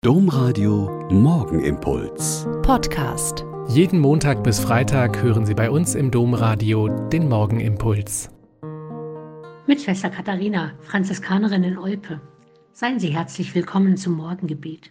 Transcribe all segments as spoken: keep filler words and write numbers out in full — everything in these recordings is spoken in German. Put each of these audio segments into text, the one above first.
Domradio Morgenimpuls Podcast. Jeden Montag bis Freitag hören Sie bei uns im Domradio den Morgenimpuls. Mit Schwester Katharina, Franziskanerin in Olpe. Seien Sie herzlich willkommen zum Morgengebet.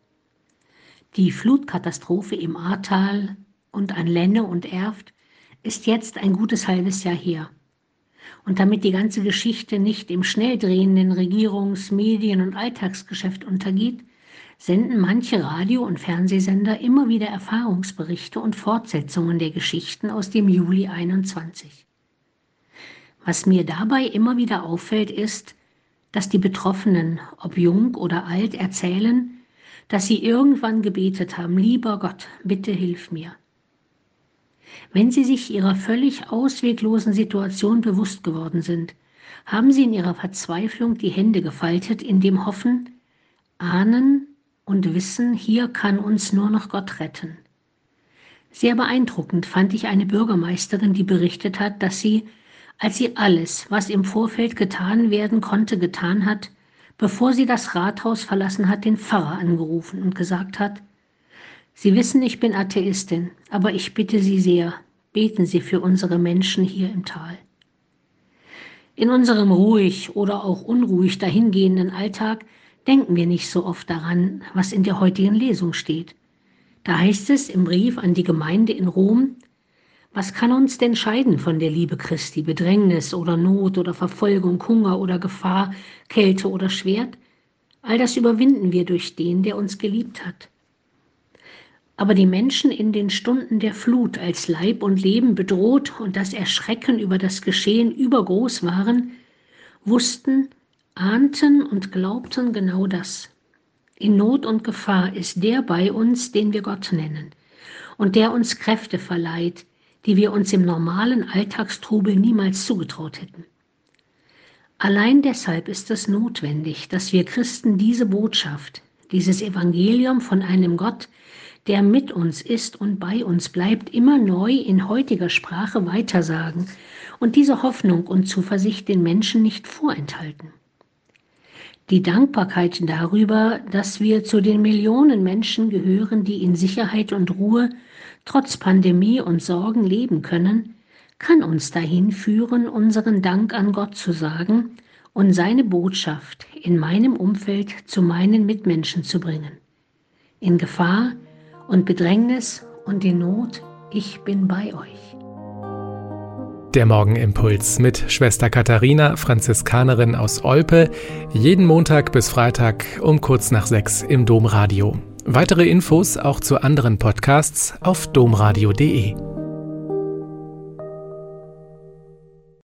Die Flutkatastrophe im Ahrtal und an Lenne und Erft ist jetzt ein gutes halbes Jahr her. Und damit die ganze Geschichte nicht im schnell drehenden Regierungs-, Medien- und Alltagsgeschäft untergeht, senden manche Radio- und Fernsehsender immer wieder Erfahrungsberichte und Fortsetzungen der Geschichten aus dem Juli einundzwanzig. Was mir dabei immer wieder auffällt, ist, dass die Betroffenen, ob jung oder alt, erzählen, dass sie irgendwann gebetet haben: Lieber Gott, bitte hilf mir. Wenn sie sich ihrer völlig ausweglosen Situation bewusst geworden sind, haben sie in ihrer Verzweiflung die Hände gefaltet, in dem Hoffen, Ahnen und Wissen, hier kann uns nur noch Gott retten. Sehr beeindruckend fand ich eine Bürgermeisterin, die berichtet hat, dass sie, als sie alles, was im Vorfeld getan werden konnte, getan hat, bevor sie das Rathaus verlassen hat, den Pfarrer angerufen und gesagt hat: Sie wissen, ich bin Atheistin, aber ich bitte Sie sehr, beten Sie für unsere Menschen hier im Tal. In unserem ruhig oder auch unruhig dahingehenden Alltag denken wir nicht so oft daran, was in der heutigen Lesung steht. Da heißt es im Brief an die Gemeinde in Rom: Was kann uns denn scheiden von der Liebe Christi? Bedrängnis oder Not oder Verfolgung, Hunger oder Gefahr, Kälte oder Schwert? All das überwinden wir durch den, der uns geliebt hat. Aber die Menschen in den Stunden der Flut, als Leib und Leben bedroht und das Erschrecken über das Geschehen übergroß waren, wussten, ahnten und glaubten genau das. In Not und Gefahr ist der bei uns, den wir Gott nennen, und der uns Kräfte verleiht, die wir uns im normalen Alltagstrubel niemals zugetraut hätten. Allein deshalb ist es notwendig, dass wir Christen diese Botschaft, dieses Evangelium von einem Gott, der mit uns ist und bei uns bleibt, immer neu in heutiger Sprache weitersagen und diese Hoffnung und Zuversicht den Menschen nicht vorenthalten. Die Dankbarkeit darüber, dass wir zu den Millionen Menschen gehören, die in Sicherheit und Ruhe trotz Pandemie und Sorgen leben können, kann uns dahin führen, unseren Dank an Gott zu sagen und seine Botschaft in meinem Umfeld zu meinen Mitmenschen zu bringen. In Gefahr und Bedrängnis und in Not, ich bin bei euch. Der Morgenimpuls mit Schwester Katharina, Franziskanerin aus Olpe, jeden Montag bis Freitag um kurz nach sechs im Domradio. Weitere Infos auch zu anderen Podcasts auf domradio punkt de.